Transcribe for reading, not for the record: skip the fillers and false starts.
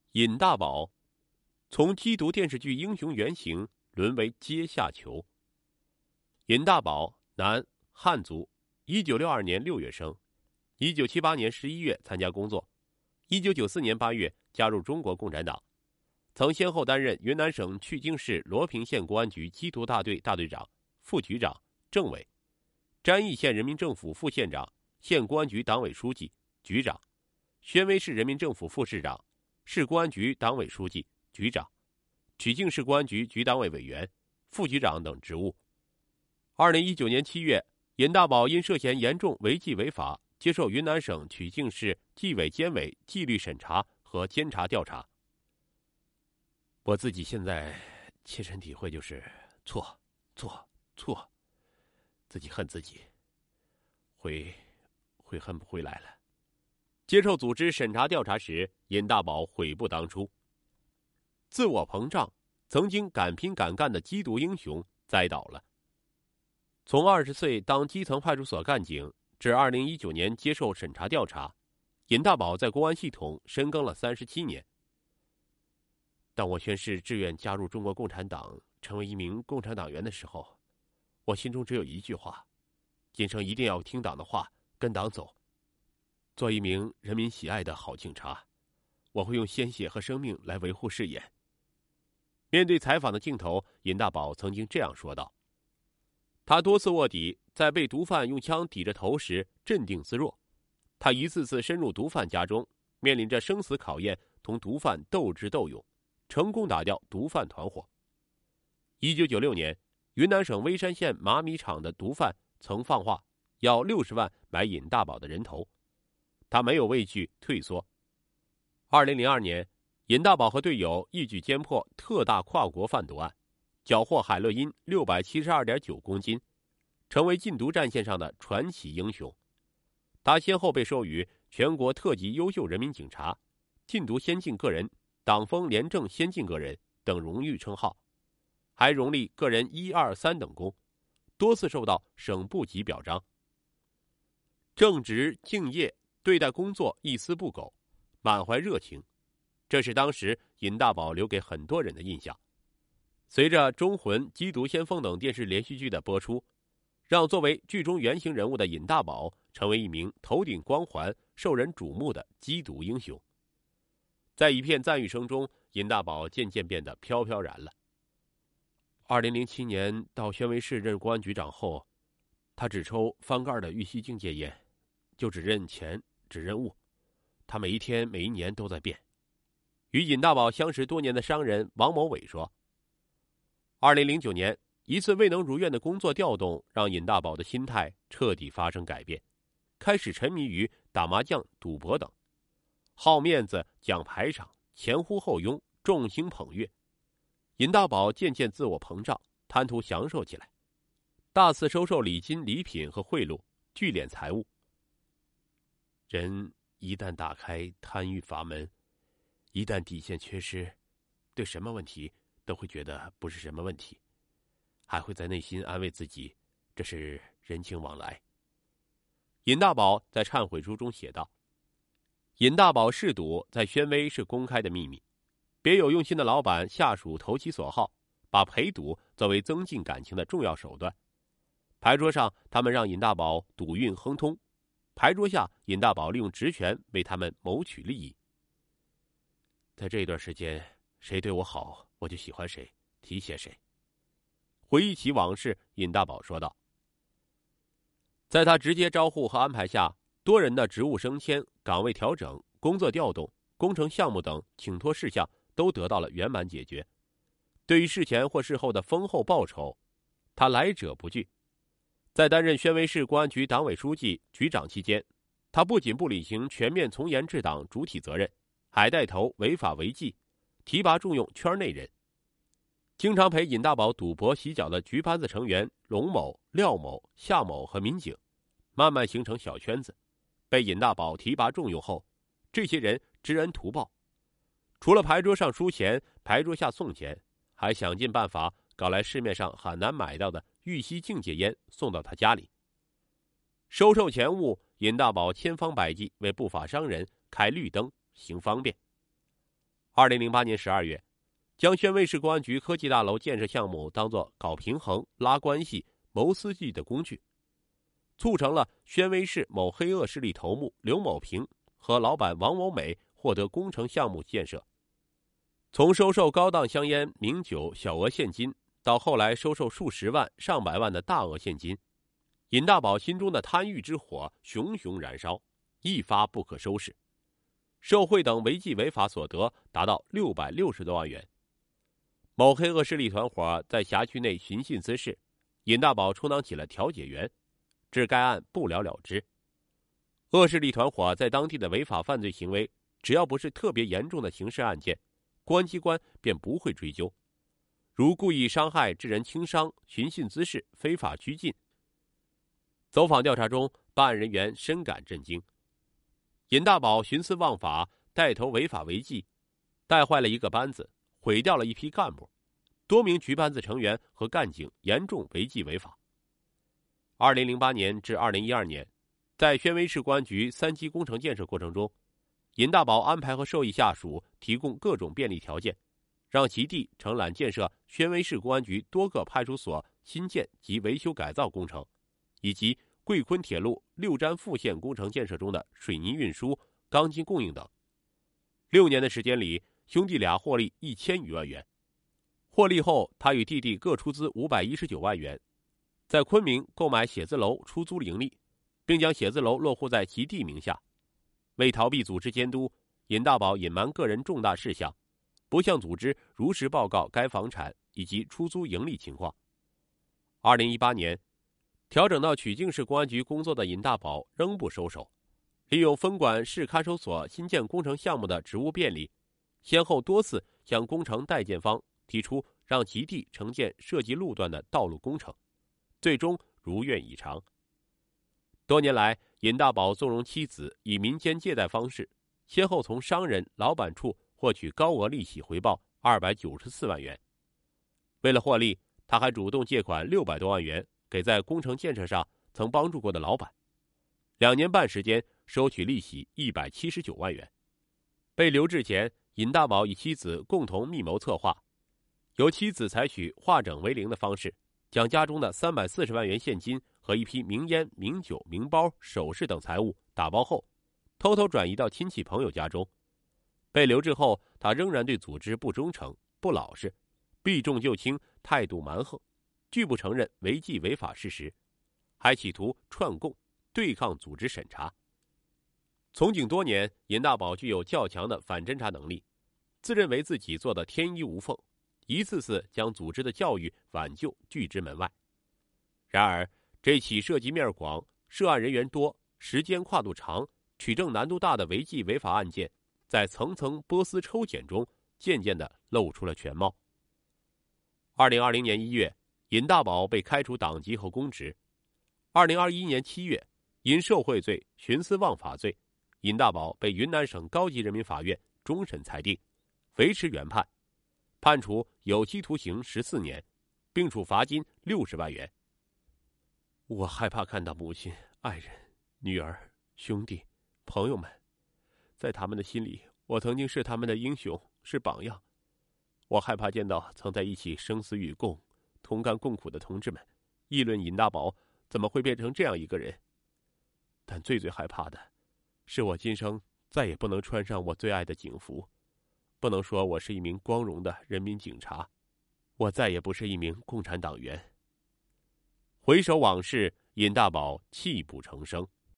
尹大宝从缉毒电视剧英雄原型沦为阶下囚。尹大宝，男，汉族，1962年6月生，1978年11月参加工作，1994年8月加入中国共产党，曾先后担任云南省曲靖市罗平县公安局缉毒大队大队长、副局长、政委，沾益县人民政府副县长、县公安局党委书记、局长，宣威市人民政府副市长、市公安局党委书记、局长，曲靖市公安局局党委委员、副局长等职务。2019年7月，尹大宝因涉嫌严重违纪违法，接受云南省曲靖市纪委监委纪律审查和监察调查。我自己现在切身体会就是错，自己恨自己，悔恨不回来了。接受组织审查调查时，尹大宝悔不当初。自我膨胀，曾经敢拼敢干的缉毒英雄栽倒了。从20岁当基层派出所干警，至2019年接受审查调查，尹大宝在公安系统深耕了37年。当我宣誓志愿加入中国共产党，成为一名共产党员的时候，我心中只有一句话：今生一定要听党的话，跟党走，做一名人民喜爱的好警察。我会用鲜血和生命来维护誓言。面对采访的镜头，尹大宝曾经这样说道：他多次卧底，在被毒贩用枪抵着头时镇定自若。他一次次深入毒贩家中，面临着生死考验，同毒贩斗智斗勇，成功打掉毒贩团伙。1996年，云南省微山县马米厂的毒贩曾放话要60万买尹大宝的人头，他没有畏惧退缩。2002年，尹大宝和队友一举歼破特大跨国贩毒案，缴获海洛因672.9公斤，成为禁毒战线上的传奇英雄。他先后被授予全国特级优秀人民警察、禁毒先进个人、党风廉政先进个人等荣誉称号，还荣立个人1、2、3等功，多次受到省部级表彰。正直敬业，对待工作一丝不苟，满怀热情，这是当时尹大宝留给很多人的印象。随着《忠魂》《缉毒先锋》等电视连续剧的播出，让作为剧中原型人物的尹大宝成为一名头顶光环、受人瞩目的缉毒英雄。在一片赞誉声中，尹大宝渐渐变得飘飘然了。2007年到宣威市任公安局长后，他只抽翻盖的玉溪境界烟，就只认钱，只认物。他每一天每一年都在变。与尹大宝相识多年的商人王某伟说，2009年一次未能如愿的工作调动，让尹大宝的心态彻底发生改变，开始沉迷于打麻将、赌博等，好面子、讲排场、前呼后拥、众星捧月。尹大宝渐渐自我膨胀，贪图享受起来，大肆收受礼金、礼品和贿赂，聚敛财物。人一旦打开贪欲阀门，一旦底线缺失，对什么问题都会觉得不是什么问题，还会在内心安慰自己，这是人情往来。尹大宝在忏悔书中写道：尹大宝嗜赌在宣威是公开的秘密，别有用心的老板下属投其所好，把陪赌作为增进感情的重要手段。牌桌上他们让尹大宝赌运亨通，牌桌下尹大宝利用职权为他们谋取利益。在这段时间，谁对我好，我就喜欢谁，提携谁。回忆起往事，尹大宝说道：在他直接招呼和安排下，多人的职务升迁、岗位调整、工作调动、工程项目等请托事项都得到了圆满解决。对于事前或事后的丰厚报酬，他来者不拒。在担任宣威市公安局党委书记、局长期间，他不仅不履行全面从严治党主体责任，还带头违法违纪，提拔重用圈内人。经常陪尹大宝赌博洗脚的局班子成员龙某、廖某、夏某和民警，慢慢形成小圈子。被尹大宝提拔重用后，这些人知恩图报，除了牌桌上输钱、牌桌下送钱，还想尽办法搞来市面上很难买到的玉溪境界烟送到他家里。收受钱物，尹大宝千方百计为不法商人开绿灯，行方便。 2008年12月，将宣威市公安局科技大楼建设项目当作搞平衡、拉关系、谋私计的工具，促成了宣威市某黑恶势力头目刘某平和老板王某美获得工程项目建设。从收受高档香烟、名酒、小额现金，到后来收受数十万、上百万的大额现金，尹大宝心中的贪欲之火熊熊燃烧，一发不可收拾。受贿等违纪违法所得达到660多万元。某黑恶势力团伙在辖区内寻衅滋事，尹大宝充当起了调解员，致该案不了了之。恶势力团伙在当地的违法犯罪行为，只要不是特别严重的刑事案件，公安机关便不会追究，如故意伤害致人轻伤、寻衅滋事、非法拘禁。走访调查中，办案人员深感震惊。尹大宝徇私枉法，带头违法违纪，带坏了一个班子，毁掉了一批干部，多名局班子成员和干警严重违纪违法。2008年至2012年，在宣威市公安局3期工程建设过程中，尹大宝安排和授意下属提供各种便利条件，让其弟承揽建设宣威市公安局多个派出所新建及维修改造工程，以及贵昆铁路六站副线工程建设中的水泥运输、钢筋供应等。6年的时间里，兄弟俩获利1000余万元。获利后，他与弟弟各出资519万元，在昆明购买写字楼出租盈利，并将写字楼落户在其弟名下。为逃避组织监督，尹大宝隐瞒个人重大事项，不向组织如实报告该房产以及出租盈利情况。2018年，调整到曲靖市公安局工作的尹大宝仍不收手，利用分管市看守所新建工程项目的职务便利，先后多次向工程代建方提出让其弟承建设计路段的道路工程，最终如愿以偿。多年来，尹大宝纵容妻子以民间借贷方式，先后从商人、老板处获取高额利息回报294万元。为了获利，他还主动借款600多万元给在工程建设上曾帮助过的老板，2年半时间收取利息179万元。被留置前，尹大宝与妻子共同密谋策划，由妻子采取化整为零的方式，将家中的340万元现金和一批名烟、名酒、名包、首饰等财物打包后，偷偷转移到亲戚朋友家中。被留置后，他仍然对组织不忠诚、不老实，避重就轻，态度蛮横，拒不承认违纪违法事实，还企图串供，对抗组织审查。从警多年，尹大宝具有较强的反侦查能力，自认为自己做得天衣无缝，一次次将组织的教育挽救拒之门外。然而，这起涉及面广、涉案人员多、时间跨度长、取证难度大的违纪违法案件，在层层剥丝抽检中，渐渐地露出了全貌。2020年1月，尹大宝被开除党籍和公职。2021年7月，因受贿罪、徇私枉法罪，尹大宝被云南省高级人民法院终审裁定，维持原判，判处有期徒刑14年，并处罚金60万元。我害怕看到母亲、爱人、女儿、兄弟、朋友们，在他们的心里，我曾经是他们的英雄，是榜样。我害怕见到曾在一起生死与共、同甘共苦的同志们，议论尹大宝怎么会变成这样一个人。但最害怕的，是我今生再也不能穿上我最爱的警服，不能说我是一名光荣的人民警察，我再也不是一名共产党员。回首往事，尹大宝泣不成声。